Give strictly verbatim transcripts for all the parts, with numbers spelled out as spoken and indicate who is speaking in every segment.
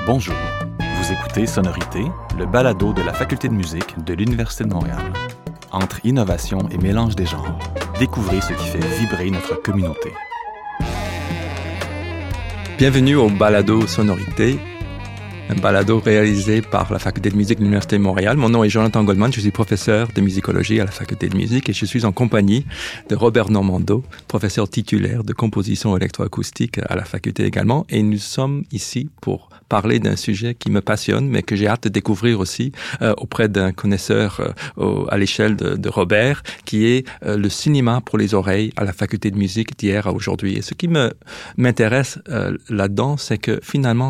Speaker 1: Bonjour, vous écoutez Sonorité, le balado de la Faculté de musique de l'Université de Montréal. Entre innovation et mélange des genres, découvrez ce qui fait vibrer notre communauté.
Speaker 2: Bienvenue au balado Sonorité, un balado réalisé par la Faculté de musique de l'Université de Montréal. Mon nom est Jonathan Goldman, je suis professeur de musicologie à la Faculté de musique et je suis en compagnie de Robert Normando, professeur titulaire de composition électroacoustique à la Faculté également. Et nous sommes ici pour parler d'un sujet qui me passionne, mais que j'ai hâte de découvrir aussi euh, auprès d'un connaisseur euh, au, à l'échelle de, de Robert, qui est euh, le cinéma pour les oreilles à la Faculté de musique d'hier à aujourd'hui. Et ce qui me m'intéresse euh, là-dedans, c'est que finalement,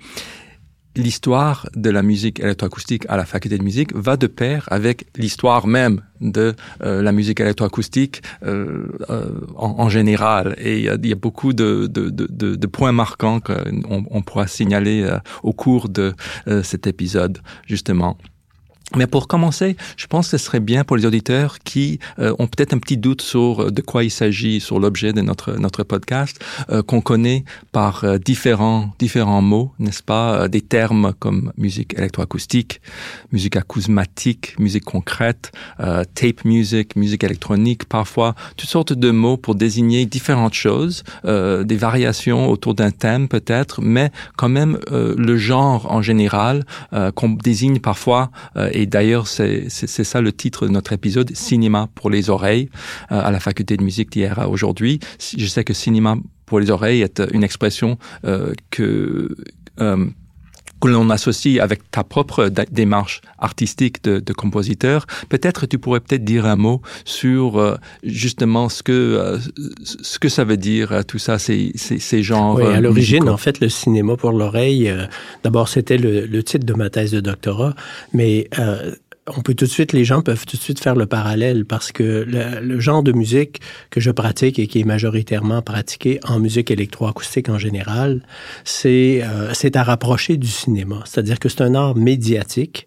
Speaker 2: l'histoire de la musique électroacoustique à la Faculté de musique va de pair avec l'histoire même de euh, la musique électroacoustique euh, euh, en, en général. Et il y a, il y a beaucoup de, de, de, de points marquants qu'on on pourra signaler euh, au cours de euh, cet épisode, justement. Mais pour commencer, je pense que ce serait bien pour les auditeurs qui euh, ont peut-être un petit doute sur de quoi il s'agit, sur l'objet de notre notre podcast, euh, qu'on connaît par euh, différents différents mots, n'est-ce pas, euh, des termes comme musique électroacoustique, musique acousmatique, musique concrète, euh, tape music, musique électronique, parfois toutes sortes de mots pour désigner différentes choses, euh, des variations autour d'un thème peut-être, mais quand même euh, le genre en général euh, qu'on désigne parfois euh, et d'ailleurs, c'est, c'est, c'est ça le titre de notre épisode, Cinéma pour les oreilles, euh, à la Faculté de musique d'hier à aujourd'hui. Je sais que cinéma pour les oreilles est une expression euh, que... Euh, que l'on associe avec ta propre d- démarche artistique de, de compositeur. Peut-être tu pourrais peut-être dire un mot sur euh, justement ce que euh, ce que ça veut dire euh, tout ça, ces, ces, ces genres.
Speaker 3: Oui, à l'origine,
Speaker 2: musicaux.
Speaker 3: en fait, le cinéma pour l'oreille, euh, d'abord c'était le, le titre de ma thèse de doctorat, mais euh, on peut tout de suite, les gens peuvent tout de suite faire le parallèle parce que le, le genre de musique que je pratique et qui est majoritairement pratiqué en musique électroacoustique en général, c'est, euh, c'est à rapprocher du cinéma. C'est-à-dire que c'est un art médiatique.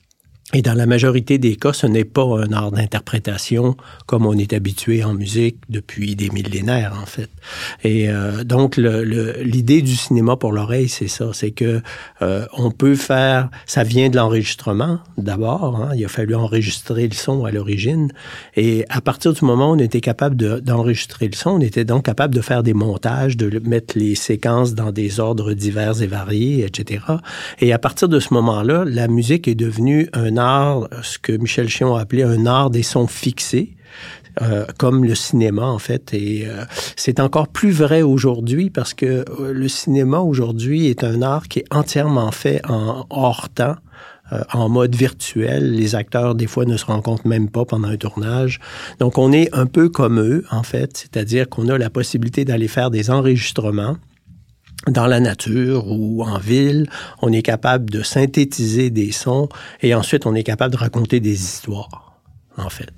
Speaker 3: Et dans la majorité des cas, ce n'est pas un art d'interprétation comme on est habitué en musique depuis des millénaires, en fait. Et euh, donc, le, le, l'idée du cinéma pour l'oreille, c'est ça. C'est que euh, on peut faire... Ça vient de l'enregistrement, d'abord. Hein, il a fallu enregistrer le son à l'origine. Et à partir du moment où on était capable de, d'enregistrer le son, on était donc capable de faire des montages, de mettre les séquences dans des ordres divers et variés, et cetera. Et à partir de ce moment-là, la musique est devenue un art, ce que Michel Chion a appelé un art des sons fixés, euh, comme le cinéma, en fait. Et euh, c'est encore plus vrai aujourd'hui parce que euh, le cinéma, aujourd'hui, est un art qui est entièrement fait en hors temps, euh, en mode virtuel. Les acteurs, des fois, ne se rencontrent même pas pendant un tournage. Donc, on est un peu comme eux, en fait, c'est-à-dire qu'on a la possibilité d'aller faire des enregistrements dans la nature ou en ville, on est capable de synthétiser des sons et ensuite on est capable de raconter des histoires, en fait.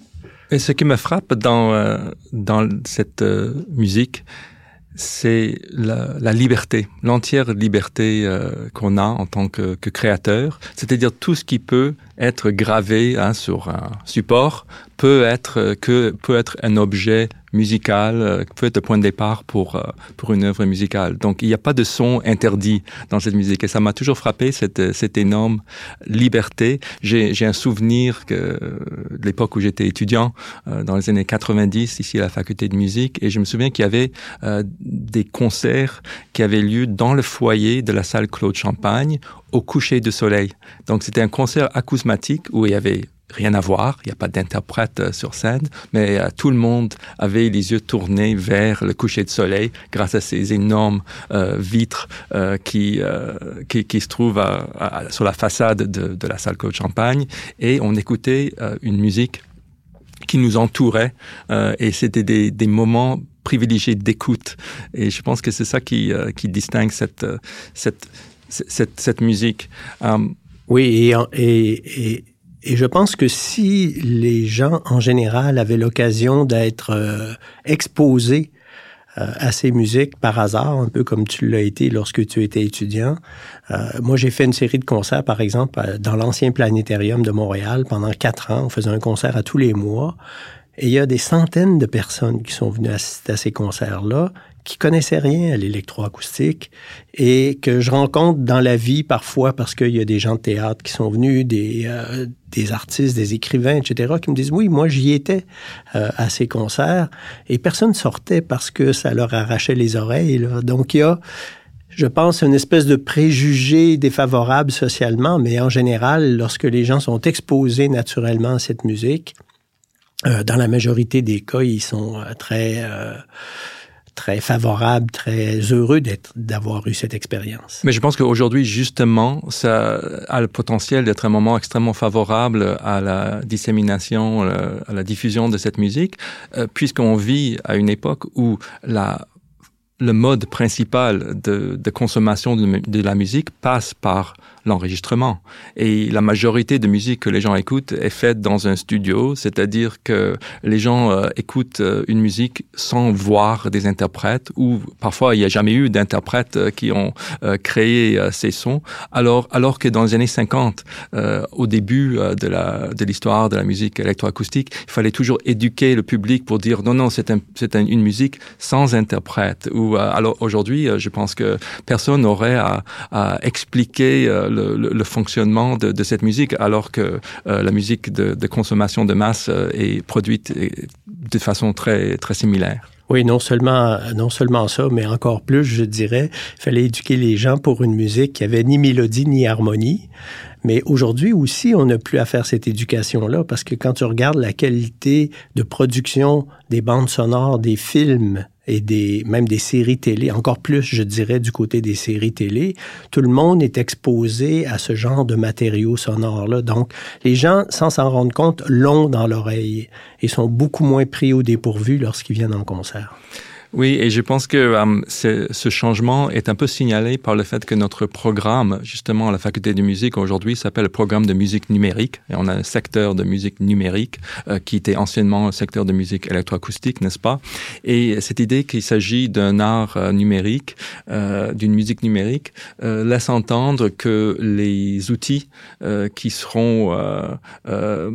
Speaker 2: Et ce qui me frappe dans, euh, dans cette euh, musique, c'est la, la liberté, l'entière liberté euh, qu'on a en tant que, que créateur, c'est-à-dire tout ce qui peut être gravé hein, sur un support peut être que peut être un objet musical, euh, peut être le point de départ pour euh, pour une œuvre musicale. Donc il n'y a pas de son interdit dans cette musique et ça m'a toujours frappé cette cette énorme liberté. J'ai j'ai un souvenir que de l'époque où j'étais étudiant euh, dans les années quatre-vingt-dix ici à la Faculté de musique et je me souviens qu'il y avait euh, des concerts qui avaient lieu dans le foyer de la salle Claude Champagne au coucher de soleil. Donc c'était un concert acousmatique où il y avait rien à voir, il n'y a pas d'interprète euh, sur scène, mais euh, tout le monde avait les yeux tournés vers le coucher de soleil grâce à ces énormes euh, vitres euh, qui, euh, qui qui se trouvent à, à, sur la façade de, de la salle Claude Champagne et on écoutait euh, une musique qui nous entourait euh, et c'était des, des moments privilégiés d'écoute et je pense que c'est ça qui, euh, qui distingue cette, euh, cette, cette, cette musique. Um,
Speaker 3: oui, et, et, et Et je pense que si les gens, en général, avaient l'occasion d'être euh, exposés euh, à ces musiques par hasard, un peu comme tu l'as été lorsque tu étais étudiant. Euh, moi, j'ai fait une série de concerts, par exemple, dans l'ancien planétarium de Montréal pendant quatre ans. On faisait un concert à tous les mois. Et il y a des centaines de personnes qui sont venues assister à ces concerts-là, qui connaissaient rien à l'électroacoustique et que je rencontre dans la vie parfois parce qu'il y a des gens de théâtre qui sont venus, des, euh, des artistes, des écrivains, et cetera, qui me disent « Oui, moi, j'y étais euh, à ces concerts. » Et personne sortait parce que ça leur arrachait les oreilles, là. Donc, il y a, je pense, une espèce de préjugé défavorable socialement, mais en général, lorsque les gens sont exposés naturellement à cette musique, euh, dans la majorité des cas, ils sont euh, très... Euh, très favorable, très heureux d'être, d'avoir eu cette expérience.
Speaker 2: Mais je pense qu'aujourd'hui, justement, ça a le potentiel d'être un moment extrêmement favorable à la dissémination, à la diffusion de cette musique, puisqu'on vit à une époque où la le mode principal de, de consommation de, de la musique passe par l'enregistrement. Et la majorité de musique que les gens écoutent est faite dans un studio, c'est-à-dire que les gens euh, écoutent euh, une musique sans voir des interprètes, ou parfois il n'y a jamais eu d'interprètes euh, qui ont euh, créé euh, ces sons, alors, alors que dans les années cinquante, euh, au début euh, de, la, de l'histoire de la musique électroacoustique, il fallait toujours éduquer le public pour dire non, non, c'est, un, c'est un, une musique sans interprète. Ou, euh, alors aujourd'hui, euh, je pense que personne n'aurait à, à expliquer euh, Le, le, le fonctionnement de, de cette musique, alors que euh, la musique de, de consommation de masse euh, est produite de façon très, très similaire.
Speaker 3: Oui, non seulement, non seulement ça, mais encore plus, je dirais, il fallait éduquer les gens pour une musique qui avait ni mélodie ni harmonie. Mais aujourd'hui aussi, on n'a plus à faire cette éducation-là, parce que quand tu regardes la qualité de production des bandes sonores, des films, et des, même des séries télé, encore plus, je dirais, du côté des séries télé, tout le monde est exposé à ce genre de matériaux sonores-là. Donc, les gens, sans s'en rendre compte, l'ont dans l'oreille et sont beaucoup moins pris au dépourvu lorsqu'ils viennent en concert.
Speaker 2: Oui, et je pense que um, ce, ce changement est un peu signalé par le fait que notre programme, justement, à la faculté de musique aujourd'hui, s'appelle le programme de musique numérique. Et on a un secteur de musique numérique euh, qui était anciennement un secteur de musique électroacoustique, n'est-ce pas? Et cette idée qu'il s'agit d'un art euh, numérique, euh, d'une musique numérique, euh, laisse entendre que les outils euh, qui seront euh, euh,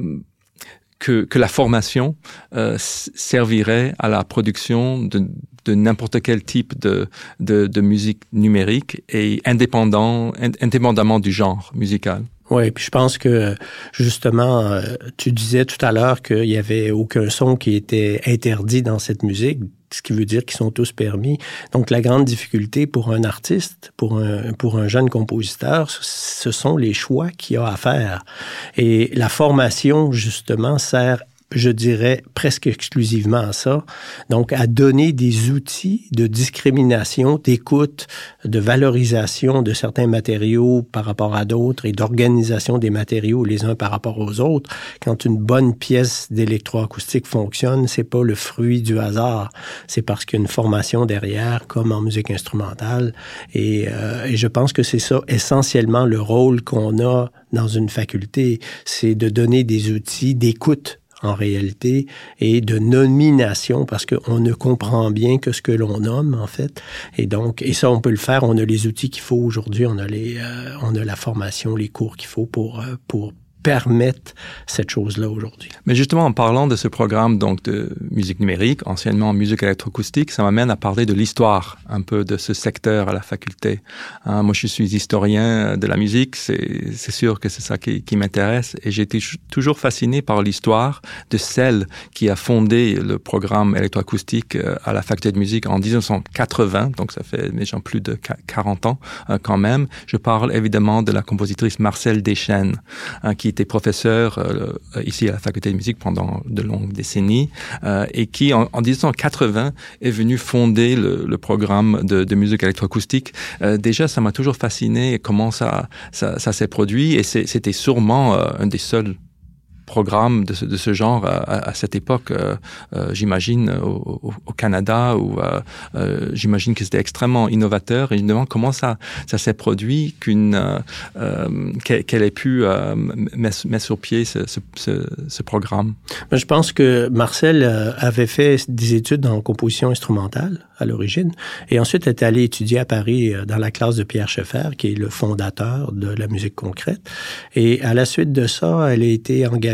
Speaker 2: Que, que la formation euh, servirait à la production de, de n'importe quel type de, de, de musique numérique et indépendant, indépendamment du genre musical.
Speaker 3: Oui, puis je pense que, justement, tu disais tout à l'heure qu'il n'y avait aucun son qui était interdit dans cette musique, ce qui veut dire qu'ils sont tous permis. Donc, la grande difficulté pour un artiste, pour un, pour un jeune compositeur, ce sont les choix qu'il a à faire. Et la formation, justement, sert, je dirais, presque exclusivement à ça. Donc, à donner des outils de discrimination, d'écoute, de valorisation de certains matériaux par rapport à d'autres et d'organisation des matériaux les uns par rapport aux autres. Quand une bonne pièce d'électroacoustique fonctionne, c'est pas le fruit du hasard. C'est parce qu'il y a une formation derrière, comme en musique instrumentale. Et, euh, et je pense que c'est ça, essentiellement, le rôle qu'on a dans une faculté. C'est de donner des outils d'écoute en réalité, et de nomination, parce qu'on ne comprend bien que ce que l'on nomme, en fait. Et donc, et ça, on peut le faire. On a les outils qu'il faut aujourd'hui. On a les, euh, on a la formation, les cours qu'il faut pour, euh, pour permettre cette chose-là aujourd'hui.
Speaker 2: Mais justement, en parlant de ce programme donc de musique numérique, anciennement musique électroacoustique, ça m'amène à parler de l'histoire un peu de ce secteur à la faculté. Hein, moi, je suis historien de la musique, c'est, c'est sûr que c'est ça qui, qui m'intéresse, et j'ai été toujours fasciné par l'histoire de celle qui a fondé le programme électroacoustique à la faculté de musique en dix-neuf cent quatre-vingts, donc ça fait déjà plus de quarante ans quand même. Je parle évidemment de la compositrice Marcelle Deschênes, hein, qui était professeur euh, ici à la faculté de musique pendant de longues décennies euh, et qui, en, en dix-neuf cent quatre-vingts, est venu fonder le, le programme de, de musique électroacoustique. Euh, déjà, ça m'a toujours fasciné comment ça, ça, ça s'est produit, et c'est, c'était sûrement euh, un des seuls programme de ce, de ce genre à, à cette époque, euh, euh, j'imagine, au, au, au Canada, où euh, euh, j'imagine que c'était extrêmement innovateur. Et je me demande comment ça, ça s'est produit, qu'une, euh, euh, qu'elle ait pu euh, mettre, mettre sur pied ce, ce, ce, ce programme.
Speaker 3: Je pense que Marcel avait fait des études en composition instrumentale à l'origine, et ensuite est allé étudier à Paris dans la classe de Pierre Schaeffer, qui est le fondateur de la musique concrète. Et à la suite de ça, elle a été engagée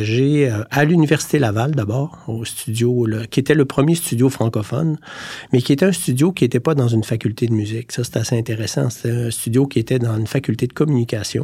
Speaker 3: engagé à l'Université Laval d'abord, au studio, là, qui était le premier studio francophone, mais qui était un studio qui n'était pas dans une faculté de musique. Ça, c'est assez intéressant. C'était un studio qui était dans une faculté de communication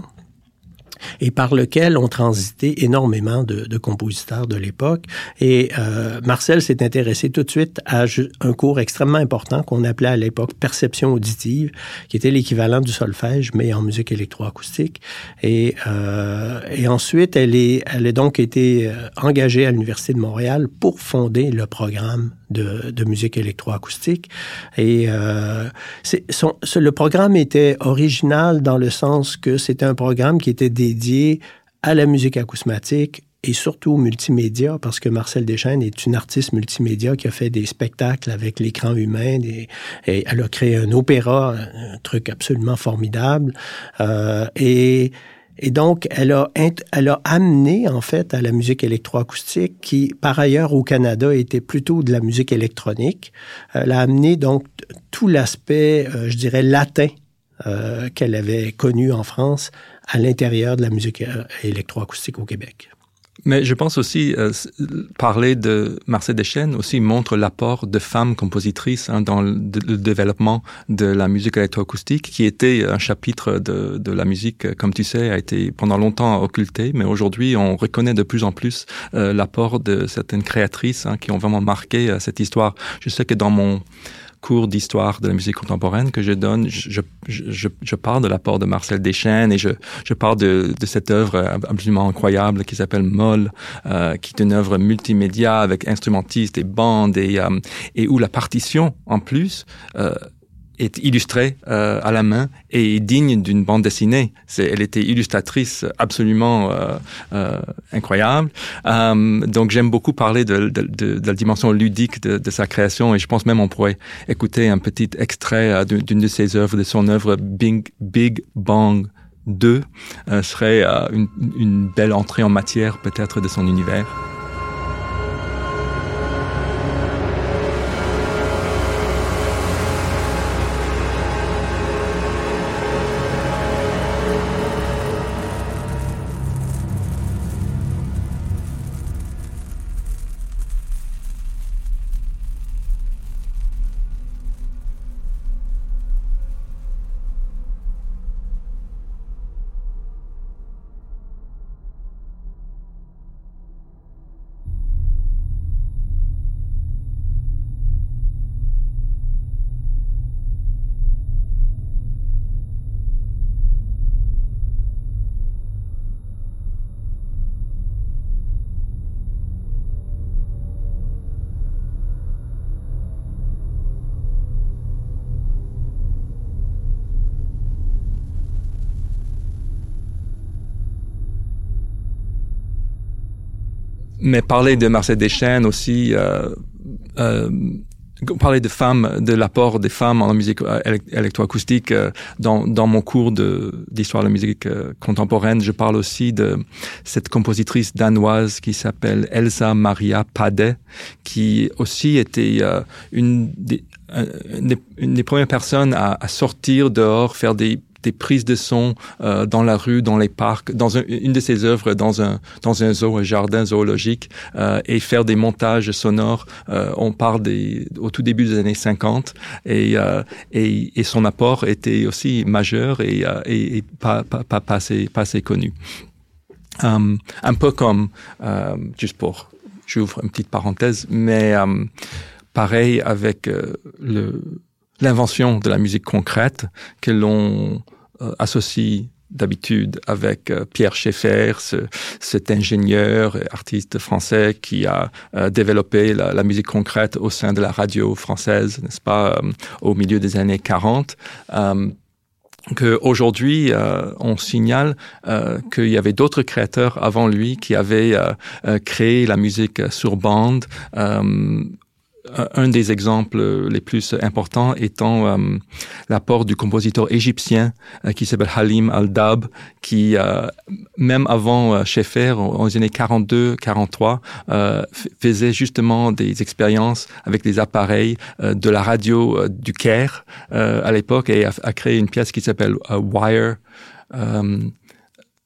Speaker 3: et par lequel ont transité énormément de, de compositeurs de l'époque. Et euh, Marcel s'est intéressé tout de suite à un cours extrêmement important qu'on appelait à l'époque perception auditive, qui était l'équivalent du solfège, mais en musique électroacoustique. Et, euh, et ensuite, elle est, elle a donc été engagée à l'Université de Montréal pour fonder le programme de, de musique électroacoustique. Et euh, c'est, son, le programme était original dans le sens que c'était un programme qui était dédié à la musique acousmatique et surtout au multimédia, parce que Marcel Deschênes est une artiste multimédia qui a fait des spectacles avec l'écran humain, des, et elle a créé un opéra, un truc absolument formidable. Euh, et Et donc, elle a, elle a amené, en fait, à la musique électroacoustique, qui, par ailleurs, au Canada, était plutôt de la musique électronique. Elle a amené, donc, tout l'aspect, euh, je dirais, latin euh, qu'elle avait connu en France à l'intérieur de la musique électroacoustique au Québec.
Speaker 2: Mais je pense aussi, euh, parler de Marcel Deschênes aussi montre l'apport de femmes compositrices hein, dans le, le développement de la musique électroacoustique, qui était un chapitre de, de la musique, comme tu sais, a été pendant longtemps occulté, mais aujourd'hui on reconnaît de plus en plus euh, l'apport de certaines créatrices hein, qui ont vraiment marqué euh, cette histoire. Je sais que dans mon cours d'histoire de la musique contemporaine que je donne, je, je, je parle de l'apport de Marcel Deschênes et je, je parle de, de cette œuvre absolument incroyable qui s'appelle Moll, euh, qui est une œuvre multimédia avec instrumentistes et bandes et, euh, et où la partition, en plus, euh, est illustrée euh, à la main et digne d'une bande dessinée. C'est, elle était illustratrice absolument euh, euh, incroyable. Euh, donc j'aime beaucoup parler de, de, de, de la dimension ludique de, de sa création et je pense même on pourrait écouter un petit extrait euh, d'une de ses œuvres, de son œuvre Big, Big Bang deux, euh, serait euh, une, une belle entrée en matière peut-être de son univers. Mais parler de Marcel Deschênes aussi, euh, euh, parler de femmes, de l'apport des femmes en musique électroacoustique. Euh, dans, dans mon cours de, d'histoire de la musique euh, contemporaine, je parle aussi de cette compositrice danoise qui s'appelle Elsa Maria Pade, qui aussi était euh, une, des, une, des, une des premières personnes à, à sortir dehors, faire des des prises de son euh, dans la rue, dans les parcs, dans un, une de ses œuvres dans un dans un zoo, un jardin zoologique, euh, et faire des montages sonores. Euh, on parle des au tout début des années cinquante, et euh, et, et son apport était aussi majeur et euh, et, et pas pas pas pas assez pas assez connu. Um, un peu comme euh, juste pour j'ouvre une petite parenthèse, mais um, pareil avec euh, le l'invention de la musique concrète que l'on euh, associe d'habitude avec euh, Pierre Schaeffer, ce, cet ingénieur et artiste français qui a euh, développé la, la musique concrète au sein de la radio française, n'est-ce pas, euh, au milieu des années quarante. Euh, qu'aujourd'hui, euh, on signale euh, qu'il y avait d'autres créateurs avant lui qui avaient euh, euh, créé la musique sur bande. Euh, Un des exemples les plus importants étant euh, l'apport du compositeur égyptien euh, qui s'appelle Halim Al-Dab, qui, euh, même avant euh, Schaeffer, aux années quarante-deux quarante-trois, euh, f- faisait justement des expériences avec des appareils euh, de la radio euh, du Caire euh, à l'époque et a, a créé une pièce qui s'appelle euh, Wire. Euh,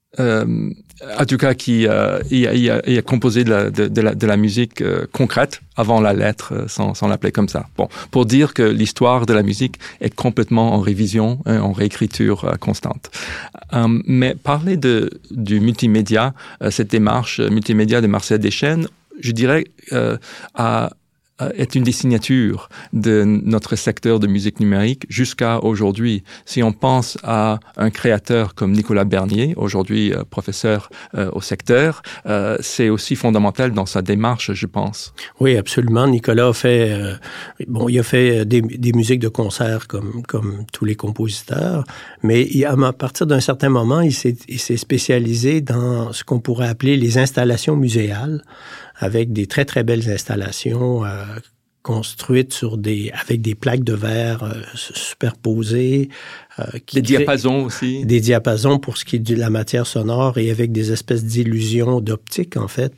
Speaker 2: Euh, en tout cas, qui euh, il, a, il, a, il a composé de la, de, de la, de la musique euh, concrète avant la lettre, euh, sans, sans l'appeler comme ça. Bon, pour dire que l'histoire de la musique est complètement en révision, hein, en réécriture euh, constante. Euh, mais parler de du multimédia, euh, cette démarche multimédia de Marcel Deschênes, je dirais, euh, a est une des signatures de notre secteur de musique numérique jusqu'à aujourd'hui. Si on pense à un créateur comme Nicolas Bernier, aujourd'hui euh, professeur euh, au secteur, euh, c'est aussi fondamental dans sa démarche, je pense.
Speaker 3: Oui, absolument. Nicolas a fait, euh, bon, il a fait des, des musiques de concert comme comme tous les compositeurs, mais il, à partir d'un certain moment, il s'est, il s'est spécialisé dans ce qu'on pourrait appeler les installations muséales, avec des très, très belles installations euh, construites sur des, avec des plaques de verre euh, superposées. Euh, qui
Speaker 2: des diapasons aussi.
Speaker 3: Des diapasons pour ce qui est de la matière sonore et avec des espèces d'illusions d'optique, en fait.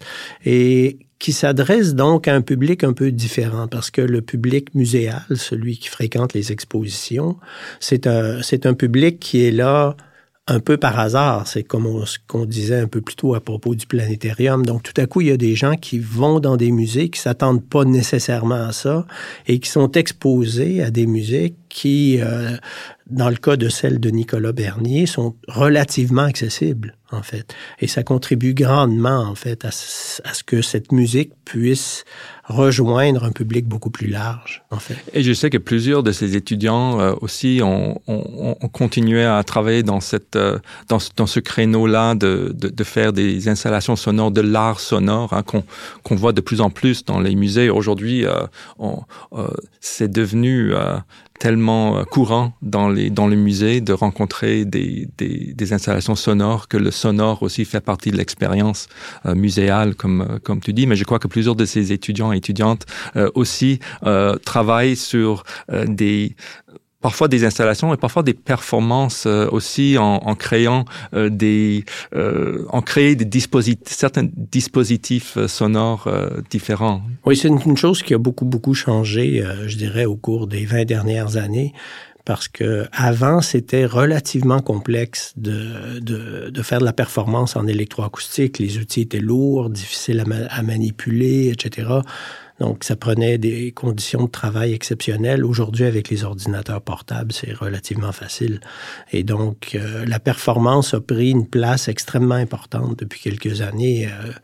Speaker 3: Et qui s'adresse donc à un public un peu différent parce que le public muséal, celui qui fréquente les expositions, c'est un, c'est un public qui est là un peu par hasard. C'est comme on, ce qu'on disait un peu plus tôt à propos du planétarium. Donc, tout à coup, il y a des gens qui vont dans des musées, qui s'attendent pas nécessairement à ça et qui sont exposés à des musiques qui, euh, dans le cas de celle de Nicolas Bernier, sont relativement accessibles, en fait. Et ça contribue grandement, en fait, à, à ce que cette musique puisse rejoindre un public beaucoup plus large, en fait.
Speaker 2: Et je sais que plusieurs de ces étudiants euh, aussi ont, ont, ont continué à travailler dans cette euh, dans, dans ce créneau-là de, de, de faire des installations sonores, de l'art sonore, hein, qu'on, qu'on voit de plus en plus dans les musées. Aujourd'hui, euh, on, euh, c'est devenu euh, tellement courant dans les dans les musées de rencontrer des des des installations sonores que le sonore aussi fait partie de l'expérience euh, muséale comme comme tu dis. Mais je crois que plusieurs de ces étudiants et étudiantes euh, aussi euh, travaillent sur euh, des parfois des installations et parfois des performances euh, aussi en, en créant euh, des euh, en créer des dispositifs certains dispositifs euh, sonores euh, différents.
Speaker 3: Oui, c'est une, une chose qui a beaucoup beaucoup changé, euh, je dirais, au cours des vingt dernières années. Parce que avant, c'était relativement complexe de, de, de faire de la performance en électroacoustique. Les outils étaient lourds, difficiles à, ma- à manipuler, et cetera. Donc, ça prenait des conditions de travail exceptionnelles. Aujourd'hui, avec les ordinateurs portables, c'est relativement facile. Et donc, euh, la performance a pris une place extrêmement importante depuis quelques années. Euh,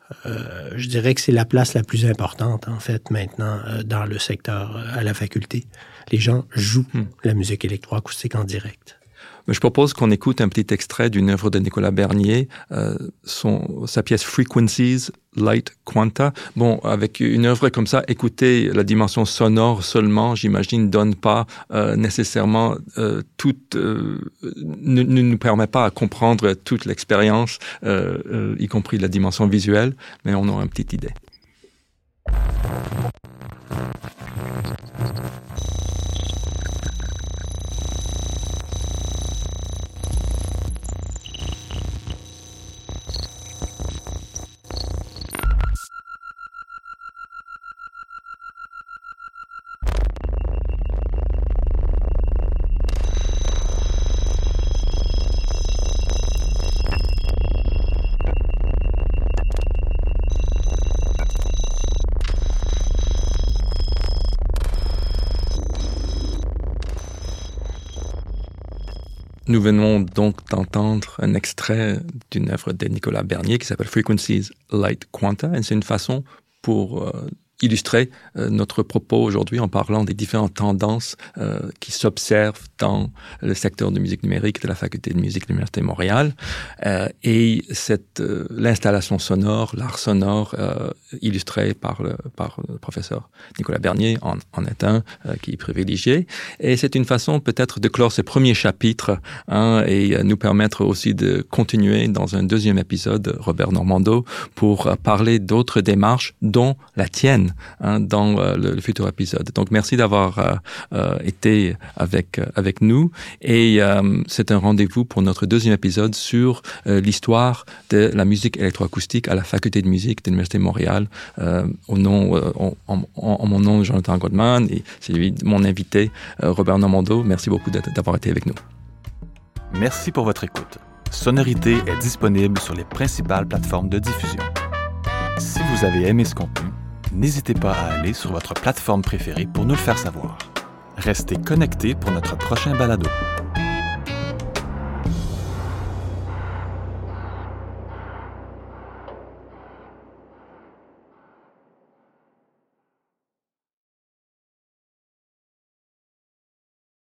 Speaker 3: euh, je dirais que c'est la place la plus importante, en fait, maintenant, euh, dans le secteur euh, à la faculté. Les gens jouent hmm. la musique électroacoustique en direct.
Speaker 2: Je propose qu'on écoute un petit extrait d'une œuvre de Nicolas Bernier, euh, son, sa pièce Frequencies, Light Quanta. Bon, avec une œuvre comme ça, écouter la dimension sonore seulement, j'imagine, donne pas euh, nécessairement euh, toute, euh, ne, ne nous permet pas à comprendre toute l'expérience, euh, euh, y compris la dimension visuelle, mais on a une petite idée. Nous venons donc d'entendre un extrait d'une œuvre de Nicolas Bernier qui s'appelle Frequencies Light Quanta, et c'est une façon pour euh, illustrer euh, notre propos aujourd'hui en parlant des différentes tendances euh, qui s'observent dans le secteur de musique numérique de la Faculté de musique de l'Université de Montréal. Euh, et cette, euh, l'installation sonore, l'art sonore euh, illustré par le, par le professeur Nicolas Bernier en, en est un euh, qui est privilégié. Et c'est une façon peut-être de clore ce premier chapitre hein, et euh, nous permettre aussi de continuer dans un deuxième épisode, Robert Normando, pour euh, parler d'autres démarches, dont la tienne, Hein, dans euh, le, le futur épisode. Donc, merci d'avoir euh, euh, été avec euh, avec nous et euh, c'est un rendez-vous pour notre deuxième épisode sur euh, l'histoire de la musique électroacoustique à la Faculté de musique de l'Université de Montréal. Euh, au nom, euh, en, en, en mon nom, Jonathan Goldman et c'est lui, mon invité, euh, Robert Normando. Merci beaucoup d'avoir été avec nous.
Speaker 1: Merci pour votre écoute. Sonorité est disponible sur les principales plateformes de diffusion. Si vous avez aimé ce contenu, n'hésitez pas à aller sur votre plateforme préférée pour nous le faire savoir. Restez connectés pour notre prochain balado.